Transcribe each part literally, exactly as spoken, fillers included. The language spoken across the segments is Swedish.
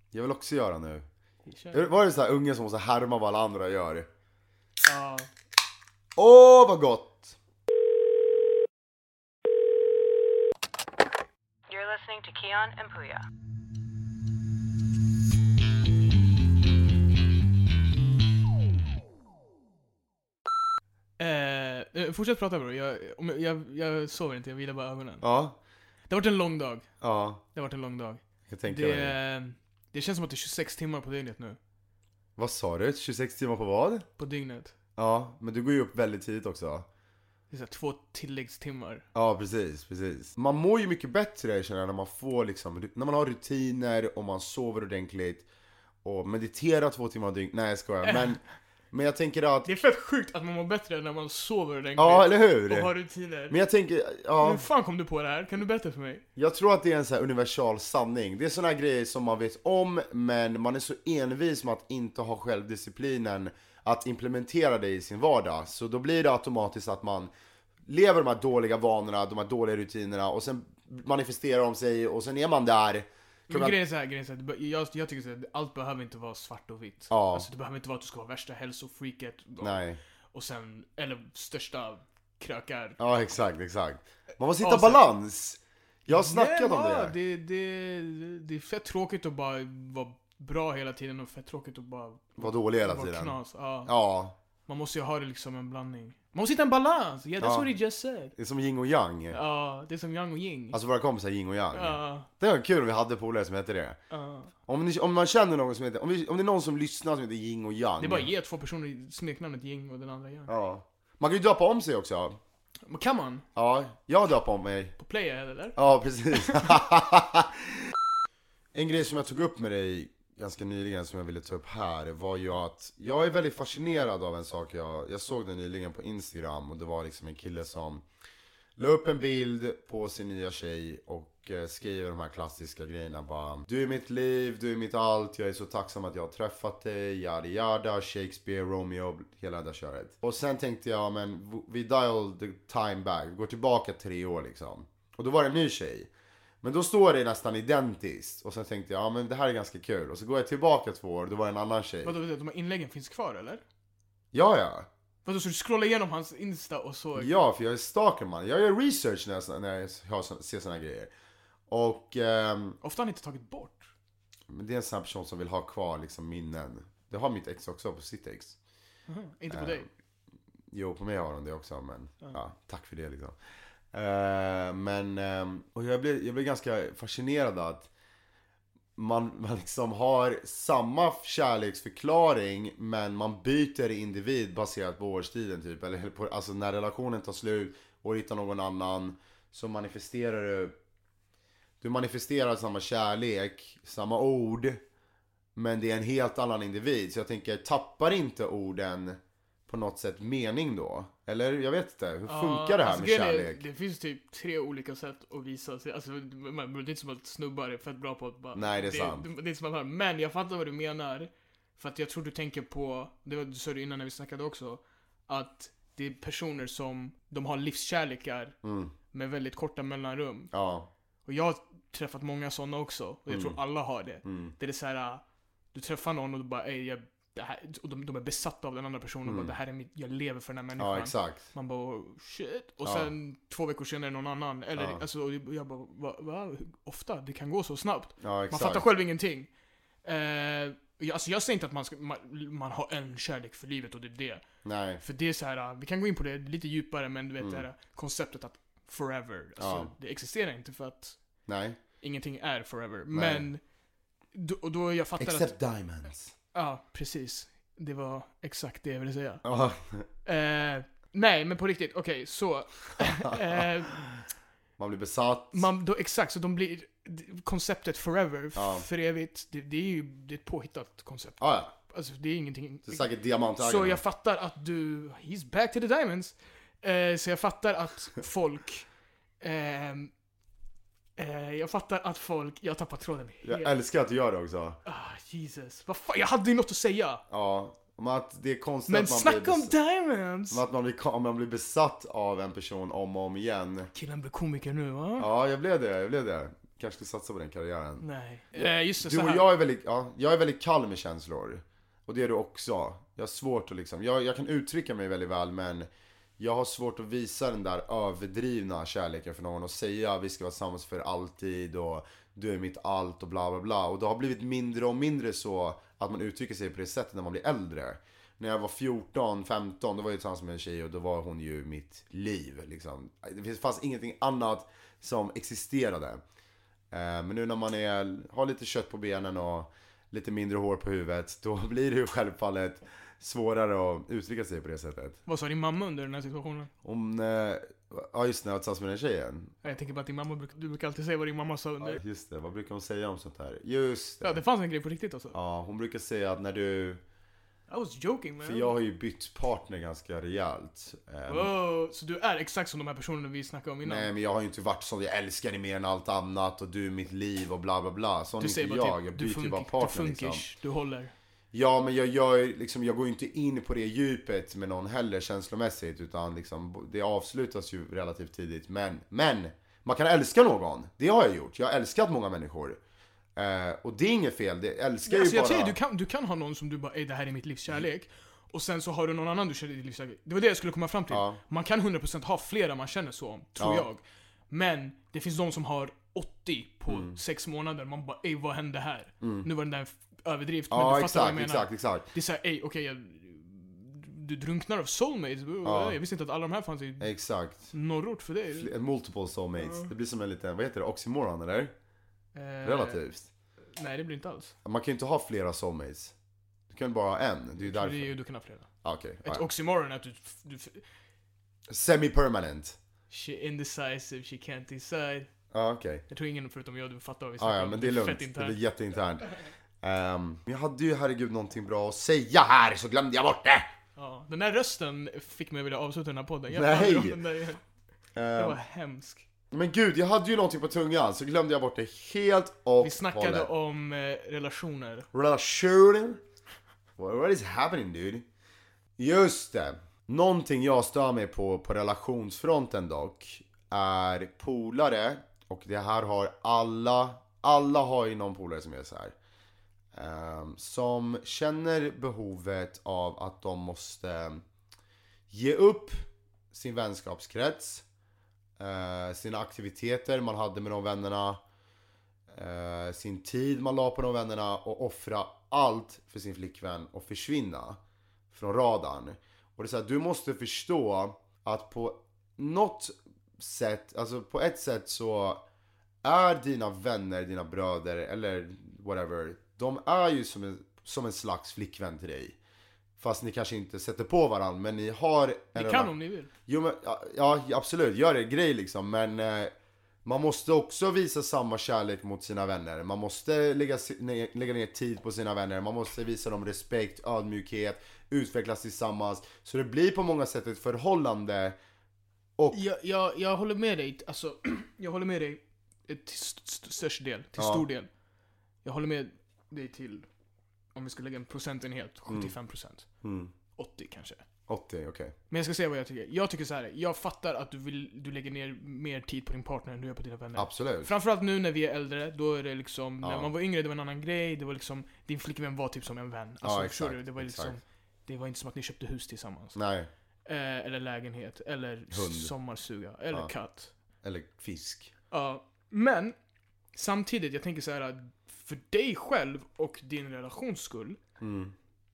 Jag vill också göra nu. Kör. Var det så här unge som måste härma vad alla andra gör? Ja. Åh, oh, vad gott! You're listening to Keon and Puya. Eh, fortsätt prata bro. Jag, om jag, jag, jag sover inte, jag vilar bara ögonen. Ja. Det har varit en lång dag. Ja. Det har varit en lång dag. Jag tänker Det, mig. det känns som att det är tjugosex timmar på dygnet nu. Vad sa du? tjugosex timmar på vad? På dygnet. Ja, men du går ju upp väldigt tidigt också. Det är så här två tilläggstimmar. Ja, precis, precis. Man mår ju mycket bättre, känner jag, när man får liksom, när man har rutiner och man sover ordentligt och mediterar två timmar dygn. Nej, jag skojar. Men, men jag tänker att... Det är fett sjukt att man mår bättre när man sover ordentligt. Ja, eller hur? Och har rutiner. Men jag tänker, ja... Hur fan kom du på det här? Kan du berätta för mig? Jag tror att det är en så här universal sanning. Det är såna här grejer som man vet om, men man är så envis med att inte ha självdisciplinen att implementera det i sin vardag. Så då blir det automatiskt att man lever de här dåliga vanorna, de här dåliga rutinerna, och sen manifesterar de sig, och sen är man där. Men grejen är så här, grejen är så här, jag, jag tycker så här, allt behöver inte vara svart och vitt. Ja. Alltså det behöver inte vara att du ska vara värsta hälsofreaket. Och, Nej. och sen, eller största krökar. Ja, exakt, exakt. Man måste hitta Ja, så- balans. Jag har snackat Nej, om ja, det. det, det. Det är fett tråkigt att bara vara bra hela tiden och fett tråkigt att bara Var dålig hela vara tiden. knas. Ja. Ja, Man måste ju ha det liksom en blandning. Man måste hitta en balans. Yeah, that's Ja. what he just said. det är som yin och yang. Ja, det är som yang och yin. Alltså våra kompisar yin och yang. Ja, Det var kul om vi hade polare som hette det. ja. Om, ni, om man känner någon som heter, om, vi, om det är någon som lyssnar som heter yin och yang. Det är bara att ge två personer smeknamnet yin och den andra yang. Ja. Man kan ju döpa om sig också. Men kan man? Ja, jag döper om mig. På Playa eller? Ja, precis. En grej som jag tog upp med dig ganska nyligen som jag ville ta upp här var ju att jag är väldigt fascinerad av en sak. Jag, jag såg den nyligen på Instagram, och det var liksom en kille som la upp en bild på sin nya tjej och eh, skriver de här klassiska grejerna bara: du är mitt liv, du är mitt allt, jag är så tacksam att jag har träffat dig, yada yada, Shakespeare, Romeo, hela det där köret. Och sen tänkte jag, men vi dial the time back, vi går tillbaka tre år liksom. Och då var det en ny tjej. Men då står det nästan identiskt. Och sen tänkte jag, ja men det här är ganska kul. Och så går jag tillbaka två år, då var det en annan tjej. Vadå, de här inläggen finns kvar eller? Ja, ja. Vadå, så du scrollar igenom hans Insta och så? Ja, för jag är stalker man. Jag gör research när jag, när jag har, ser såna grejer. Och ehm, Ofta har han inte tagit bort. men det är en sån här person som vill ha kvar liksom minnen. Det har mitt ex också på sitt ex. Aha, inte på Eh, dig. Jo, på mig har de det också, men ja, tack för det liksom. Eh, men, ehm, och jag blev, jag blev ganska fascinerad att man, man liksom har samma kärleksförklaring, men man byter individ baserat på årstiden typ. Eller på, alltså när relationen tar slut och hittar någon annan, så manifesterar du Du manifesterar samma kärlek, samma ord, men det är en helt annan individ. Så jag tänker, tappar inte orden på något sätt mening då? Eller jag vet inte, hur funkar det här alltså, med grejen är, kärlek? Det finns typ tre olika sätt att visa sig. Alltså, man- det är inte som att snubbar är fett bra på att bara... Nej, det är sant. Det, det är som att, men jag fattar vad du menar. För att jag tror du tänker på, det var, du sa det innan när vi snackade också, att det är personer som, de har livskärlekar Mm. med väldigt korta mellanrum. Ja, Och jag har träffat många sådana också. Och jag Mm. tror alla har det. mm. Det är så här, du träffar någon och du bara, ey, jag, det här, och de, de är besatta av den andra personen. Och Mm. bara, det här är mitt, jag lever för den här människan. Ja, exakt. Man bara, oh, shit. Och Ja. sen två veckor senare någon annan. Eller, Ja. alltså, och jag bara, va, va? Hur ofta? Det kan gå så snabbt. Ja, Man exakt. fattar själv ingenting. Eh, jag, alltså jag säger inte att man, ska, man, man har en kärlek för livet och det är det. Nej. För det är så här, vi kan gå in på det lite djupare, men du vet Mm. det här konceptet att forever. Alltså, Ja. det existerar inte för att Nej. ingenting är forever. Nej. Men, då, och då jag fattar att... Except diamonds. Ja, precis. Det var exakt det jag ville säga. Ja. Eh, nej, men på riktigt, okej, så. eh, Man blir besatt. man, då, exakt, så de blir... Konceptet forever, Ja. för evigt, det, det är ju det är ett påhittat koncept. Ja, ja. Alltså det är ingenting... Det är säkert diamantägarna. Så jag fattar att du... He's back to the diamonds. Eh, så jag fattar att folk... ehm, eh, jag fattar att folk... Jag har tappat tråden Jag helt. älskar att du gör det också. Ah, Jesus. Vad fan, jag hade ju något att säga. Ja. Om att det är konstigt Men att man snacka blir om bes- diamonds! om att man blir, om man blir besatt av en person om och om igen. Killen blir komiker nu, va? Ja, jag blev det, jag blev det. kanske ska satsa på den karriären. Nej. Eh, just det, Du så och här. jag är väldigt, ja, jag är väldigt kall med känslor. Och det är du också. Jag har svårt att liksom, jag, jag kan uttrycka mig väldigt väl, men jag har svårt att visa den där överdrivna kärleken för någon och säga vi ska vara tillsammans för alltid och du är mitt allt och bla bla bla. Och det har blivit mindre och mindre så att man uttrycker sig på det sättet när man blir äldre. När jag var fjorton, femton, då var jag tillsammans med en tjej och då var hon ju mitt liv liksom. Det fanns ingenting annat som existerade. Men nu när man är, har lite kött på benen och lite mindre hår på huvudet, då blir det ju självfallet svårare att uttrycka sig på det sättet. Vad sa din mamma under den här situationen? Om, eh, ja just när jag var tillsammans med den tjejen. Jag tänker bara att din mamma, bruk- du brukar alltid säga vad din mamma sa under. Ja, just det, vad brukar hon säga om sånt här? Just det. Ja, det fanns en grej på riktigt alltså. Ja, hon brukar säga att när du, I was joking man. för jag har ju bytt partner ganska rejält. Um, Wow, så du är exakt som de här personerna vi snackade om innan? nej men jag har ju inte varit sån, jag älskar dig mer än allt annat och du är mitt liv och bla bla bla. Sån Du är säger inte bara jag, typ, jag du, byter ju funk- bara du partner liksom. funkers, du håller. Ja men jag, gör, liksom, jag går ju inte in på det djupet med någon heller känslomässigt, utan liksom, det avslutas ju relativt tidigt. Men, men, man kan älska någon, det har jag gjort. Jag har älskat många människor. Eh, och det är inget fel, det älskar Alltså, ju jag bara... säger, du kan, du kan ha någon som du bara, ey det här är mitt livs kärlek. Och sen så har du någon annan du känner i ditt livs kärlek. Det var det jag skulle komma fram till. Ja. Man kan hundra procent ha flera man känner så om, tror Ja. jag. Men det finns de som har åttio på Mm. sex månader. Man bara, ey vad hände här? Nu var den där överdrift, men Ja du fattar vad jag exakt, menar. exakt, exakt. Det är såhär, ey okej, jag, du drunknar av soulmates. Ja. Jag visste inte att alla de här fanns i Exakt. norrort för dig. Fl- Multiple soulmates. Det blir som en liten, vad heter det, oxymoron eller? Eh, Relativt. Nej det blir inte alls. Man kan ju inte ha flera soulmates. Du kan bara ha en, det är ju Det är därför. ju, du kan ha flera. Ah, okej. Ett Ja. oxymoron är att du, du Semi-permanent. she indecisive, she can't decide. Ja okej. Jag tror ingen förutom jag du fattar vad vi Ah, snackar ja om. men det är lugnt, fett det internt. blir jätteinternt. Um, jag hade ju herregud någonting bra att säga här, så glömde jag bort det! Ja, den där rösten fick mig vilja avsluta den här podden. Jag Nej. hade ju den där igen. Det var Um, hemskt. men gud, jag hade ju någonting på tungan, så glömde jag bort det helt och Vi snackade hållet. om eh, relationer. Relationen? What, what is happening dude? Just det. Någonting jag stör mig på på relationsfronten dock är polare, och det här har alla, alla har ju någon polare som är så här. Um, som känner behovet av att de måste ge upp sin vänskapskrets, uh, sina aktiviteter man hade med de vännerna, uh, sin tid man la på de vännerna, och offra allt för sin flickvän och försvinna från radarn. Och det är så här, du måste förstå att på något sätt, alltså på ett sätt så är dina vänner, dina bröder eller whatever, de är ju som en, som en slags flickvän till dig. Fast ni kanske inte sätter på varandra, men ni har en Ni kan om ni vill. Jo men, ja, ja absolut, gör det grej liksom. Men eh, man måste också visa samma kärlek mot sina vänner. Man måste lägga, ner, lägga ner tid på sina vänner. Man måste visa dem respekt, ödmjukhet, utvecklas tillsammans. Så det blir på många sätt ett förhållande. Och Jag, jag, jag håller med dig, alltså, jag håller med dig till st- st- störst del, till Ja. stor del. Jag håller med dig till, om vi ska lägga en procentenhet, sjuttiofem procent. mm, åttio kanske. åttio, okej. Men jag ska säga vad jag tycker. Jag tycker så här. Jag fattar att du vill du lägger ner mer tid på din partner än du gör på dina vänner. Absolut. Framförallt nu när vi är äldre, då är det liksom, Ja. när man var yngre det var en annan grej, det var liksom, din flickvän var typ som en vän. Alltså, Ja, förstår exakt, du? Det var liksom, exakt. det var inte som att ni köpte hus tillsammans. Nej, Eh, eller lägenhet, eller Hund. sommarsuga, eller Ja. katt. eller fisk. Ja, men samtidigt, jag tänker så här att för dig själv och din relations skull, Mm.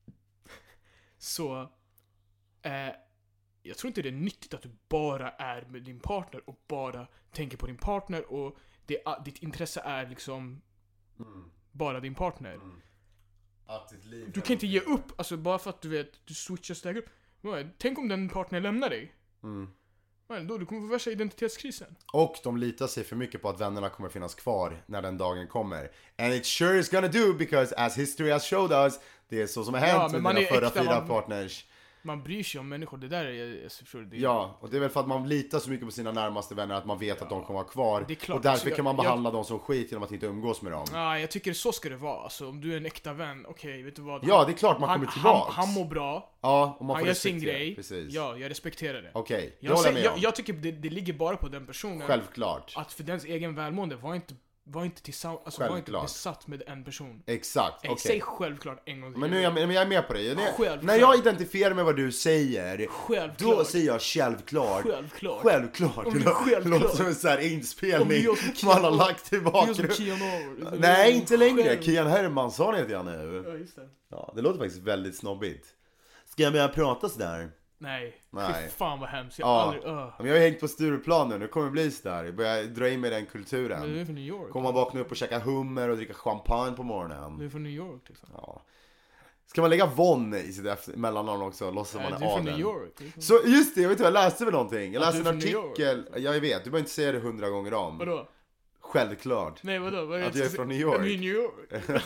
så eh, jag tror inte det är nyttigt att du bara är med din partner och bara tänker på din partner och det, ditt intresse är liksom Mm. bara din partner. Mm. Att ditt liv Du kan inte ge upp, alltså bara för att du vet, du switchar steg upp. Men, tänk om den partnern lämnar dig. Mm. Men, då du kommer få värsta identitetskrisen. Och de litar sig för mycket på att vännerna kommer finnas kvar när den dagen kommer. And it sure is gonna do, because as history has showed us, det är så som har hänt Ja, men med man dina är förra äkta, fyra man- partners. Man bryr sig om människor, det där är jag, jag förstår det. Ja, och det är väl för att man litar så mycket på sina närmaste vänner att man vet att de kommer vara kvar. det är klart. Och därför Så jag- kan man jag- behandla dem som skit genom att inte umgås med dem. Ja, jag tycker så ska det vara. Alltså, om du är en äkta vän, okej, vet du vad? Ja, det är klart man han, kommer tillbaks. Han, han mår bra, Ja, och man han får gör sin respektera. grej. Precis. Ja, jag respekterar det. Okej, det Jag, håller jag säger, med jag, om. jag tycker det, det ligger bara på den personen. Självklart. Att för dens egen välmående, var inte var inte tillsammans, alltså var inte Självklart. besatt med en person. Exakt, Nej, okej. säg självklart en gång till. Men nu är jag, men jag är med på det. När, Självklart. när jag identifierar med vad du säger, Självklart. då säger jag självklart. Självklart. Självklart. Om det är Det självklart. låter som en sån här Om det inspelning är jag som Kian- man har lagt i Det är som bakgrunden. Keanu. Nej, inte längre. Själv- Kian Hermansson heter jag nu. Ja, just det. Ja, det låter faktiskt väldigt snobbigt. Ska jag börja prata sådär? Nej. Nej. Fy fan vad hemskt. Jag Ja. har aldrig... Uh. Men jag har ju hängt på Stureplan nu, nu kommer det bli sådär. Jag börjar dra in mig i den Men du kulturen. är från New York. Kommer man vakna upp och käka hummer och dricka champagne på morgonen. Du är från New York liksom. Ja. Ska man lägga Von i sitt efter- mellannamn också? Låtsas som Nej, man du är är från New adeln. York. liksom. Så just det, jag vet inte vad jag läste för någonting. Jag Att läste du är en från New York. artikel, jag vet, du behöver inte säga det hundra gånger om. Vadå? Självklart. Nej vadå? Vad är det Att jag är ska från säga? New York. Jag är New York.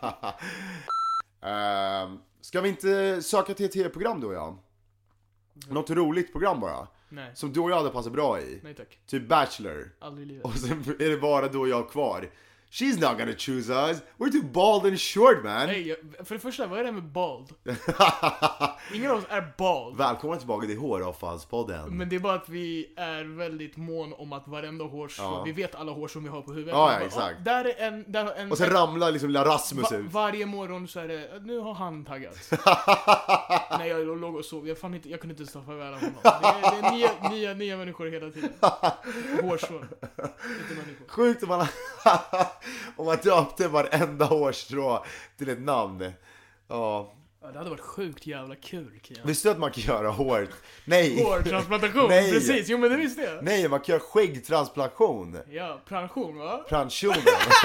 Ehm, Ska vi inte söka till ett tv-program du och jag? Något roligt program bara. Nej. Som du och jag hade passat bra i. Nej tack. Typ Bachelor. Aldrig i livet. Och sen är det bara du och jag kvar. She's not gonna choose us. We're too bald and short, man. Nej, jag, för det första, vad är det med bald? Ingen av oss är bald. Välkommen tillbaka till Håravfallspodden. Men det är bara att vi är väldigt mån om att varenda hårstrå, Ja. vi vet alla hårstrån vi har på huvudet. Ja, Man ja, bara, exakt. "Åh, där är en, där har en Och sen ramlar liksom lilla Rasmus va, ut. varje morgon så är det, nu har han taggat. Nej, jag låg och sov, jag, fan inte, jag kunde inte stå farväl honom. Det är, det är nya, nya, nya människor hela tiden. Hårstrån, inte människor. Sjukt om man, om man döpte varenda hårstrå till ett namn. Ja. Ja, det hade varit sjukt jävla kul, Kian. Visste du att man kan göra hår? Nej. Hårtransplantation, Nej. precis, jo men det visste jag. Nej, man kan göra skäggtransplantation. Ja, pension va? Transionen.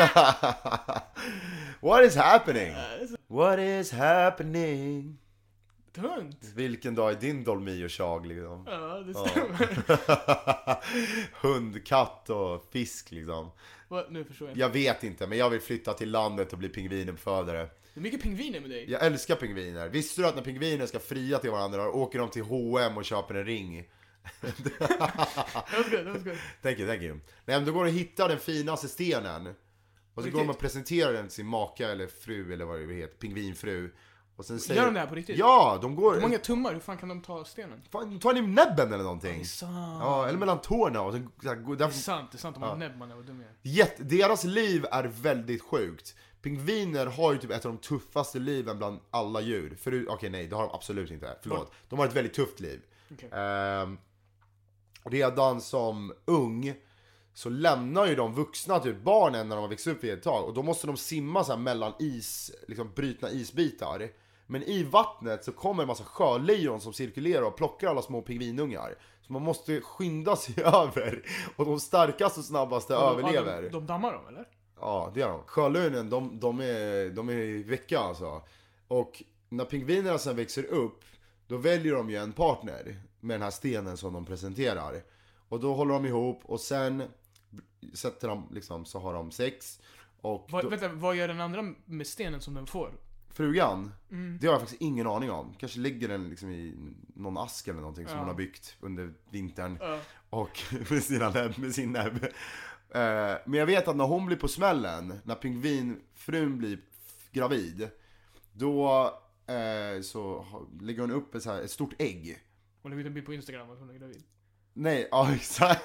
What is happening? What is happening? Tunt. Vilken dag är din Dolmio-tjag liksom? Ja, det Ja. stämmer. Hund, katt och fisk liksom. Va, nu förstår jag inte. Jag vet inte, men jag vill flytta till landet och bli pingvinuppfödare. Det är mycket pingviner med dig. Jag älskar pingviner. Visste du att när pingviner ska fria till varandra åker de till H och M och köper en ring? Det var good, det var good. Thank you, thank you. Nej, men då går de och hittar den finaste stenen. Och så På går de och riktigt? presenterar den till sin maka eller fru eller vad det heter, pingvinfru. Och sen säger Gör de det här på riktigt? Ja, de går... Hur många tummar? Hur fan kan de ta stenen? Fan, tar ni näbben eller någonting? Det är sant. Ja, eller mellan tårna och sen, så här, går- Det är där, sant, det är sant. De har Ja. näbb, man är vad dum jag är. jätte, deras liv är väldigt sjukt. Pingviner har ju typ ett av de tuffaste liven bland alla djur. Förut, okej nej, det har de absolut inte. Förlåt. De har ett väldigt tufft liv. Okej. Ehm, redan som ung så lämnar ju de vuxna typ barnen när de har växt upp i ett tag. Och då måste de simma så här mellan is, liksom brytna isbitar. Men i vattnet så kommer en massa sjölejon som cirkulerar och plockar alla små pingvinungar. Så man måste skynda sig över. Och de starkaste och snabbaste Ja, överlever. De, de dammar dem eller? Ja, det gör de. Sjölejonen, de, de, är, de är i vecka alltså. Och när pingvinerna sen växer upp, då väljer de ju en partner med den här stenen som de presenterar. Och då håller de ihop och sen sätter de liksom, så har de sex. Och Va, då, vänta, vad gör den andra med stenen som den får? frugan, Mm. det har jag faktiskt ingen aning om. Kanske ligger den liksom i någon ask eller någonting som Ja. hon har byggt under vintern. Ja. Och med, sina näbb, med sin näbb. Eh, men jag vet att när hon blir på smällen, när pingvinfrun blir f- gravid, då eh, så ha- lägger hon upp ett, så här, ett stort ägg. Hon lägger ut en bild på Instagram att hon är gravid. Nej, ja exakt.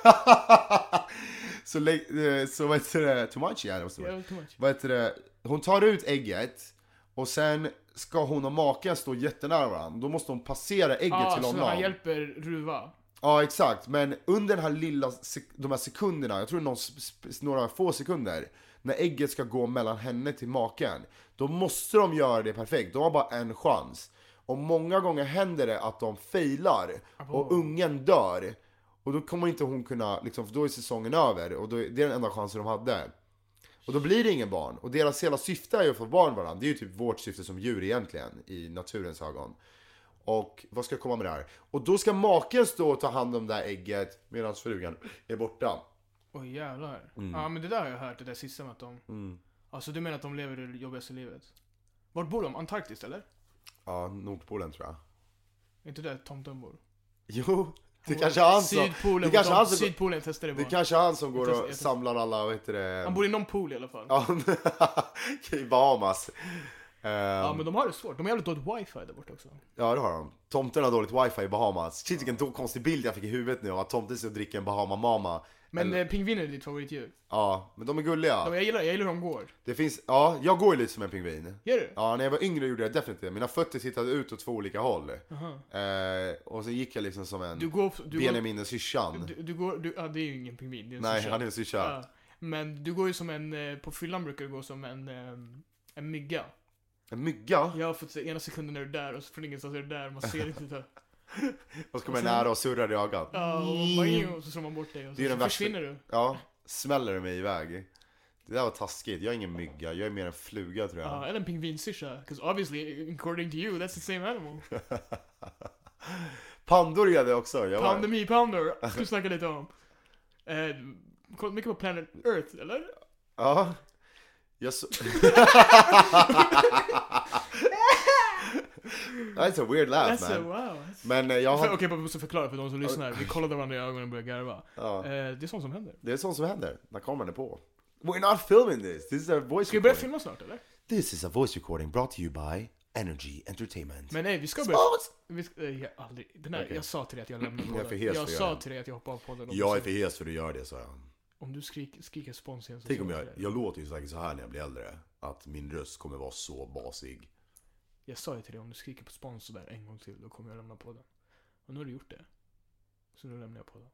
så, lä- eh, så vad heter det? Too much? Ja, det måste vara. Yeah, too much. Vad heter det? Hon tar ut ägget och sen ska hon och maken stå jättenära varandra. Då måste hon passera ägget Ah, till så honom. han hjälper Ruva. Ja, exakt. Men under den här lilla sek- de här sekunderna, jag tror någon, sp- några få sekunder, när ägget ska gå mellan henne till maken, då måste de göra det perfekt. De har bara en chans. Och många gånger händer det att de failar och ungen dör. Och då kommer inte hon kunna, liksom, för då är säsongen över. Och då, det är den enda chansen de hade. Och då blir det ingen barn. Och deras hela syfte är ju att få barn varandra. Det är ju typ vårt syfte som djur egentligen, i naturens ögon. Och vad ska jag komma med det här? Och då ska maken stå och ta hand om det här ägget medan frugan är borta. Oj jävlar. Mm. Ja men det där har jag hört, det där sista med att de... Mm. Alltså du menar att de lever det jobbigaste livet? Vart bor de? Antarktis eller? Ja, Nordpolen tror jag. Är inte det tomten bor? Jo, det kanske är han som... Sydpolen, det kanske är han som- Sydpolen testar det Det bara. kanske är han som går Jag och testar- samlar alla, vad heter det? Han bor i någon pool i alla fall. Ja, i Bahamas. Ehm, Ja men de har det svårt, de har jävligt dåligt wifi där borta också. Ja, det har de. Tomten har dåligt wifi i Bahamas. Shit, vilken då konstig bild jag fick i huvudet nu av att tomten ska dricka en Bahama Mama Men Eller- eh, pingviner är ditt favoritdjur. Ja, men de är gulliga. De, jag, gillar, jag gillar hur de går. Det finns, ja, jag går ju lite som en pingvin. Gör du? Ja, när jag var yngre gjorde jag definitivt. Mina fötter tittade ut åt två olika håll. Aha. Eh, och så gick jag liksom som en Du går... Du går, Benjamin och syrsan. du, du går du, ja, det är ju ingen pingvin. Det är en Nej, syrsa. han är en syrsa. Ja. Men du går ju som en... eh, På fyllan brukar du gå som en... eh, En mygga. En mygga? Jag har fått se, ena sekunden är du där och så från ingenstans är du där. Man ser inte det. Och så kommer jag nära och surrar i ögat. Ja, och, bara, och så slår man bort dig och så, Det är så den värsta- försvinner du. Ja, smäller det mig iväg. Det där var taskigt. Jag är ingen mygga, jag är mer en fluga tror jag. Ja, eller en pingvinsyrsa. Because obviously, according to you, that's the same animal. Pandor är det också. Jag var... Pandemi Pandor, ska vi snacka lite om. Eh, kollat mycket på Planet Earth, eller? Ja. Jag så... That's a weird laugh, That's a, man. wow. Men eh, jag För, har... Okej, jag måste förklara för de som lyssnar. Vi kollade varandra i ögonen och började garva. Ja. Eh, det är sånt som händer. Det är sånt som händer när kameran är på. We're not filming this. This is a voice Ska vi börja recording. filma snart, eller? This is a voice recording brought to you by Energy Entertainment. Men nej, vi ska börja... Spons! Vi ska, eh, jag, aldrig, den här, Okej. jag sa till dig att jag lämnar podden. Jag är för hes jag för att sa göra det. till dig att jag hoppar av podden. Jag är för hes för att göra det, sa jag. Om du skrik, skriker spons igen så Tänk sa om jag, till dig. jag låter ju säkert så här när jag blir äldre. Att min röst kommer vara så basig. Jag sa ju till dig, om du skriker på spons så där en gång till, då kommer jag lämna podden. Och nu har du gjort det. Så nu lämnar jag podden.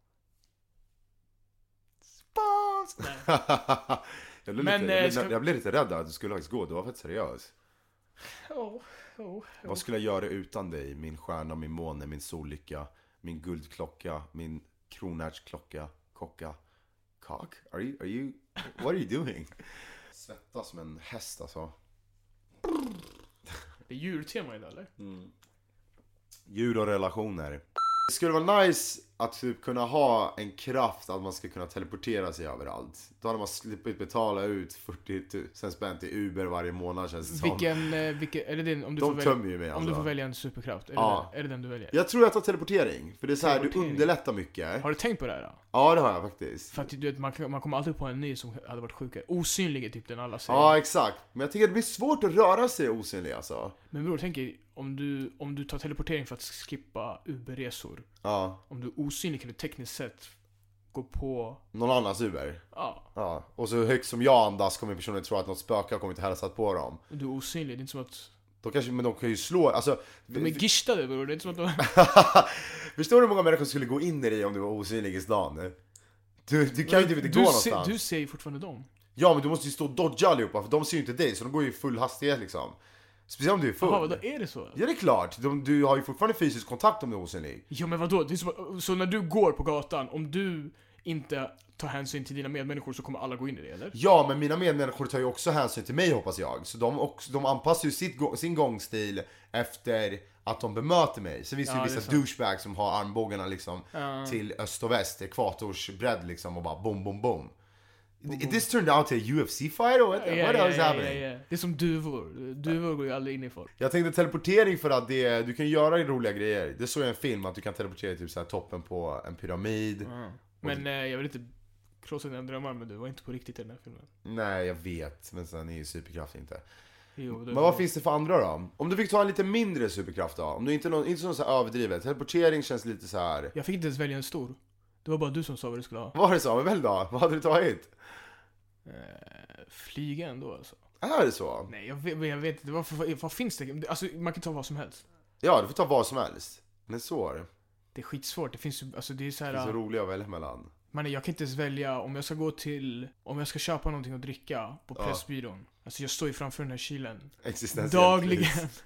Spons! Nej. jag, blev Men, lite, eh, jag, blev, ska- jag blev lite rädd att du skulle faktiskt gå. Du var faktiskt seriös. Oh, oh, Vad skulle jag göra utan dig? Min stjärna, min måne, min sollycka, min guldklocka, min kronärtsklocka, kocka. Cock? Are you, are you, what are you doing? Svettas som en häst alltså. Det är djurtema idag, eller? Djur och relationer. Det skulle vara nice att typ kunna ha en kraft att man ska kunna teleportera sig överallt. Då hade man sluppit betala ut fyrtio tusen spänn till Uber varje månad känns det som. Vilken, eh, vilken, är det din, om du, får De välja, tömmer ju mig om alltså. du får välja en superkraft, är, Ja. det, den, är det den du väljer? Jag tror jag tar teleportering. För det är så här, du Teleportering. underlättar mycket. Har du tänkt på det här då? Ja, det har jag faktiskt. För att du vet, man, kan- man kommer alltid på en ny som hade varit sjukare. Osynlig är typ den alla säger. Ja, exakt. Men jag tycker det blir svårt att röra sig osynlig alltså. Men bror, tänk dig, om du, om du tar teleportering för att skippa Uber-resor. Ja, Om du är osynlig kan du tekniskt sett gå på... någon annans Uber. Ja, Ja, och så högt som jag andas kommer personen tro att något spöke har kommit och hälsat på dem. du är osynlig. Det är inte som att... Då kanske, men de kan ju slå, alltså... De är gishtade bror, det är inte som att de... Förstår du hur många människor skulle gå in i dig om du var osynlig i stan? Du, du kan ju typ inte gå du, någonstans. se, du ser ju fortfarande dem. Ja, men du måste ju stå och dodga allihopa, för de ser ju inte dig, så de går ju i full hastighet liksom. Speciellt om du är full. Jaha, vadå, är det så? Ja, det är klart. De, du har ju fortfarande fysisk kontakt om du är osynlig. Ja men vadå? Det är som, så när du går på gatan, om du inte tar hänsyn till dina medmänniskor så kommer alla gå in i det, eller? Ja, men mina medmänniskor tar ju också hänsyn till mig, hoppas jag. Så de, också, de anpassar ju sitt, gå- sin gångstil efter att de bemöter mig. Så finns det Ja, ju det är vissa sant. douchebags som har armbågarna liksom Ja. till öst och väst, ekvatorsbredd liksom, och bara bom, bom, bom. Is this turned out to a U F C fight or what, Ja, what ja, is ja, happening? ja, ja. Det är som duvor. Duvor går ju aldrig in i folk. Jag tänkte teleportering för att det, du kan göra roliga grejer. Det såg jag i en film att du kan teleportera typ så här toppen på en pyramid. Men eh, jag vill inte krossa dina drömmar, men du var inte på riktigt i den här filmen. Nej, jag vet, men sen är ju superkraft inte. Jo, det, Men vad finns det för andra då? Om du fick ta en lite mindre superkraft då? Om du inte någon, inte sån så här överdrivet. Teleportering känns lite så här. Jag fick inte ens välja en stor. Det var bara du som sa vad du skulle ha. Vad var det så? Men väl då? Vad hade du tagit? Eh, flyga ändå alltså. Är det så? Nej, jag vet, jag vet inte. Vad, vad, vad finns det? Alltså, man kan ta vad som helst. Ja, du får ta vad som helst. Men så. Det är skitsvårt. Det finns ju, alltså det är så Det är så här. roliga att välja mellan. Man, jag kan inte ens välja om jag ska gå till, om jag ska köpa någonting att dricka på Ja. Pressbyrån. Alltså jag står ju framför den här kylen Existentiellt dagligen kris.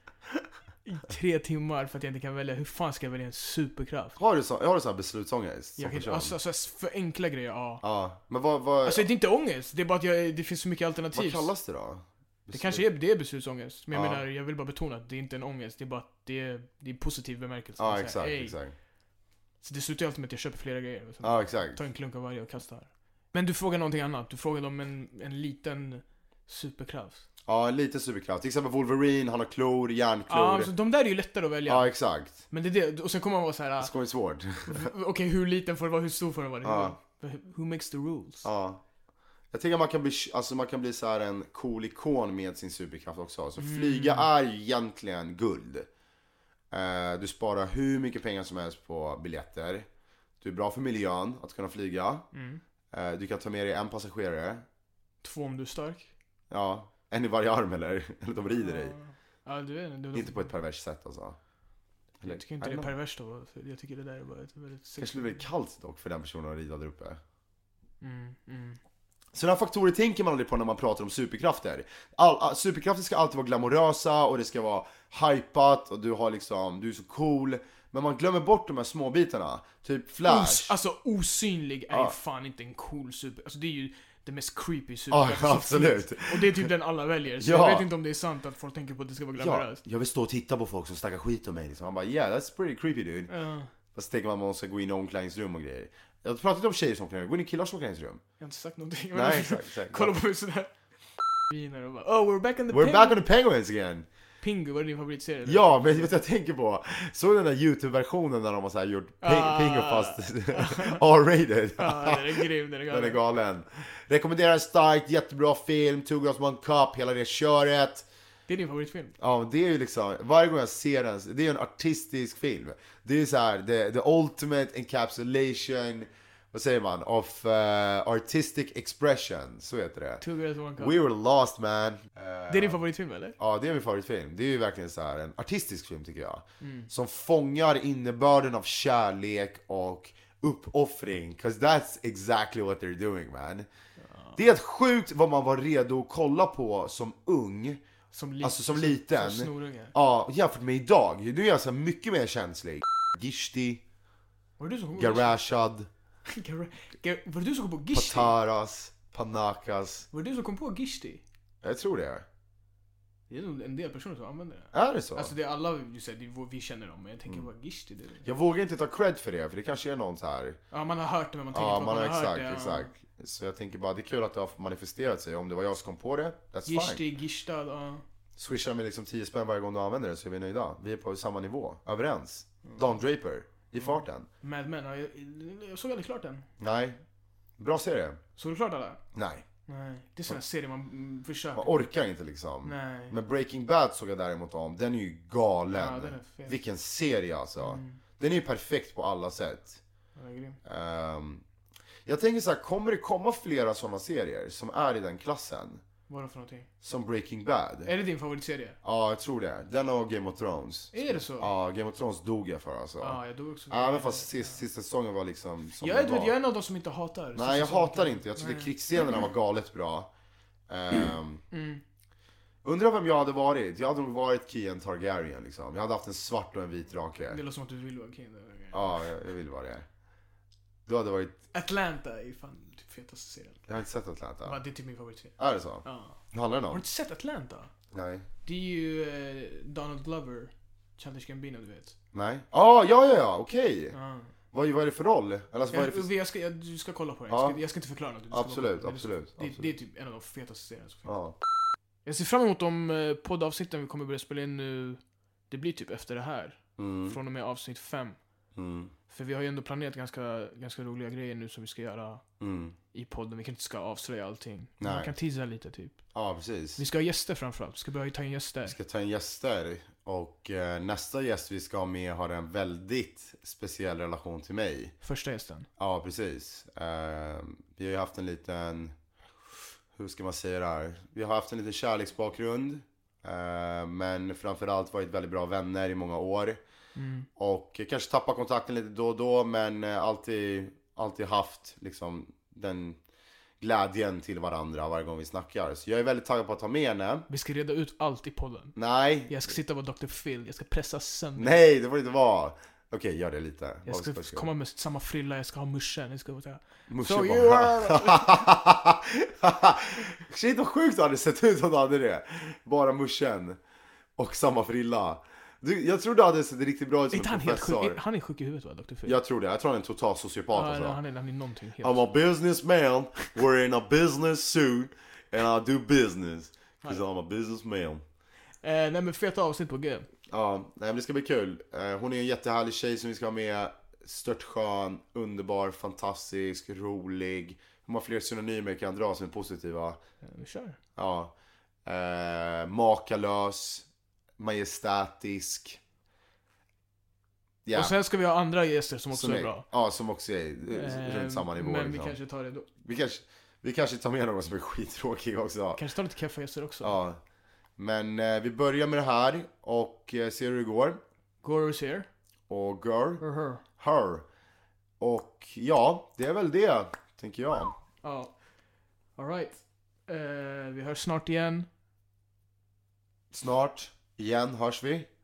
i tre timmar för att jag inte kan välja. Hur fan ska jag välja en superkraft? Har du så, har du sån här beslutsångest? som Jag kan, person? alltså, alltså för enkla grejer, ja. Ja, men vad, vad, Alltså det är inte ångest, det är bara att jag, det finns så mycket alternativ. vad kallas det då? Det kanske är, det är beslutsångest. Men jag Ja. menar, jag vill bara betona att det är inte en ångest. Det är bara att det är, det är positiv bemärkelse. Ja, Så här, exakt, ey. exakt. Så det slutar ju alltid med att jag köper flera grejer. Och sen Ja, exakt. tar en klunk av varje och kastar. Men du frågar någonting annat. Du frågade om en, en liten superkraft. Ja, lite superkraft. Till exempel Wolverine, han har klor, järnklor. Ja, alltså, de där är ju lättare att välja. Ja, exakt. Men det är det, och sen kommer man vara så här. Det ska vara svårt. Okej, hur liten får det vara? Hur stor får den vara? Ja. Who makes the rules? Ja. Jag tänker att man kan bli, alltså man kan bli så här en cool ikon med sin superkraft också. Så flyga är ju egentligen guld. Eh, du sparar hur mycket pengar som helst på biljetter. Du är bra för miljön att kunna flyga. Mm. Uh, du kan ta med dig en passagerare. Två om du är stark. Ja, en i varje arm eller? Eller de rider dig. Ja, du vet, du, Inte på ett perverst sätt alltså. Jag tycker inte det är perverst då. För jag tycker det där är bara ett väldigt... Kanske blir väldigt kallt dock för den personen att rida där uppe. Mm, mm. Sådana faktorer tänker man aldrig på när man pratar om superkrafter. All, all, superkrafter ska alltid vara glamorösa och det ska vara hypat och du har liksom, du är så cool. Men man glömmer bort de här små bitarna. Typ Flash. Os, alltså osynlig är Ja. ju fan inte en cool super... Alltså det är ju det mest creepy Ja, superkraft som absolut. finns. Och det är typ den alla väljer. Så Ja. jag vet inte om det är sant att folk tänker på att det ska vara Ja, glamoröst. jag vill stå och titta på folk som snackar skit om mig liksom. Han bara, yeah that's pretty creepy dude. Ja. Fast tänker man att man måste gå in i omklädningsrum och grejer. Jag har pratat om tjejer som omklädningsrum, gå in i killars omklädningsrum. Jag har inte sagt någonting. Nej, exakt, exakt. Kolla på mig sådär. Viner och bara, oh we're back on the We're ping. back on the Penguins again. Pingu, vad är din favoritserie? eller? Ja, men vet du vad jag tänker på? Såg den där YouTube-versionen när de har så här gjort ping, Ah. Pingu fast R-rated? Ja, den är grym, den är Den är galen. galen. Rekommenderar starkt, jättebra film, Two Girls One Cup, hela det köret. Det är din favoritfilm? Ja, det är ju liksom, varje gång jag ser den, det är ju en artistisk film. Det är så här, the, the ultimate encapsulation, vad säger man, of uh, artistic expression, så heter det. Two Girls One Cup. We were lost man. Uh, Det är din favoritfilm eller? Ja, det är min favoritfilm. Det är ju verkligen så här en artistisk film tycker jag. Mm. Som fångar innebörden av kärlek och uppoffring. 'Cause that's exactly what they're doing man. Det är helt sjukt vad man var redo att kolla på som ung. Som, li- Alltså som liten. Som snorunge. Ja, jämfört med idag. Nu är jag så här mycket mer känslig. Gishti, Var det du som kom på Garashad, Gar- Gar- Var det du som kom på Gishti? Pataras, Panakas. Var det du som kom på Gishti? Jag tror det. Det är nog en del personer som använder det. Är det så? Alltså det är alla, du säger, det är, vi känner dem, men jag tänker bara Gishti. Det är... Jag vågar inte ta cred för det, för det kanske är någon så här. Ja, man har hört det, men man tänker Ja, inte på man att har man har hört exakt, det. Ja. exakt. Så jag tänker bara, det är kul att det har manifesterat sig. Om det var jag som kom på det, that's fine. Gishti, Gishtad, ja. Swishar med liksom tio spänn varje gång du använder det så är vi nöjda. Vi är på samma nivå, överens. Mm. Don Draper, i farten. Mad Men, ja, jag, jag såg aldrig klart den. Nej. Bra serie. Såg du klart alla? Nej. Nej. Det är sådana serier man mm, försöker. Man orkar inte liksom. Nej. Men Breaking Bad såg jag däremot om. Den är ju galen. Ja, den är fet. Vilken serie alltså. Mm. Den är ju perfekt på alla sätt. Den är grym. Ehm, jag tänker så här, kommer det komma flera sådana serier som är i den klassen? Vad är det för någonting? Som Breaking Bad? Är det din favoritserie? Ja, jag tror det. Den och Game of Thrones. Är det så? Ja, Game of Thrones dog jag för alltså. Ja, jag dog också. Ja, även fast sista, sista säsongen var liksom som Jag är, den du vet, var. jag är en av de som inte hatar. Nej, sista jag säsongen. hatar inte. Jag tyckte Nej. krigsscenerna var galet bra. Ehm, Mm. undrar vem jag hade varit. Jag hade nog varit Kian Targaryen liksom. Jag hade haft en svart och en vit Det drake. låter som att du vill vara king. där. Ja, jag, jag vill vara det. Du hade varit... Atlanta är fan typ fetaste serien. Jag har inte sett Ja, Atlanta. det är typ min favoritserie. Är det så? Ja. Vad handlar den Har du om? inte sett Atlanta? Nej. Det är ju eh, Donald Glover, Childish Gambino, du vet. Nej? Ah, ja, ja, ja, okej. Ja. Vad, vad är det för roll? Eller alltså, vad är det Jag, för... jag ska, jag, du ska kolla på den. Ja. Jag, ska, jag ska inte förklara något. Du ska Absolut, kolla på den. absolut, Det, absolut. det är typ en av de fetaste serierna som finns. Ja. Jag ser fram emot de eh, poddavsnitten vi kommer börja spela in nu. Det blir typ efter det här. Mm. Från och med avsnitt fem. Mm. För vi har ju ändå planerat ganska, ganska roliga grejer nu som vi ska göra Mm. i podden. Vi kan inte ska avslöja allting. Men Nej. man kan teasa lite typ. Ja, precis. Vi ska ha gäster framförallt. Vi ska börja ta in gäster. Vi ska ta in gäster. Och eh, nästa gäst vi ska ha med har en väldigt speciell relation till mig. Första gästen. Ja, precis. Eh, vi har ju haft en liten... Hur ska man säga det här? Vi har haft en liten kärleksbakgrund. Eh, men framförallt varit väldigt bra vänner i många år. Mm. Och kanske tappa kontakten lite då och då. Men eh, alltid, alltid haft liksom den glädjen till varandra varje gång vi snackar. Så jag är väldigt taggad på att ta med henne. Vi ska reda ut allt i podden. Nej, Jag ska sitta och vara doktor Phil. Jag ska pressa sönder. nej, det får det inte vara. Okej, gör det lite. Jag ska komma med samma frilla. Jag ska ha muschen. Jag ska vara Musche So bara. you are... Shit vad sjukt du hade sett ut om du hade det. Bara muschen. Och samma frilla. Du, jag tror du hade sett riktigt bra ut som Inte en han helt professor. sjuk? Han är sjuk i huvudet va, doktor Phil? Jag tror det. Jag tror han är en total sociopat Ja, alltså. han, är, han är någonting helt... I'm a businessman wearing a business suit and I do business. Because I'm a businessman. Eh, nej men feta avsnitt på G. Ja, nej, men det ska bli kul. Eh, Hon är en jättehärlig tjej som vi ska ha med. Stört skön, underbar, fantastisk, rolig. Hur många fler synonymer kan jag dra som är positiva? Eh, vi kör. Ja. Eh, makalös, majestätisk. Ja. Och sen ska vi ha andra gäster som också som är bra. Ja, som också är eh, runt samma nivå. Men vi liksom. kanske tar det då. vi, kanske, vi kanske tar med någon som är skittråkig också. Kanske tar lite keffa gäster också. Ja. Men eh, vi börjar med det här och eh, ser hur det går. Gore is here. Och girl, Or her. her. Och ja, det är väl det, tänker jag. Ja. Alright. Uh, vi hörs snart igen. Snart igen hörs vi.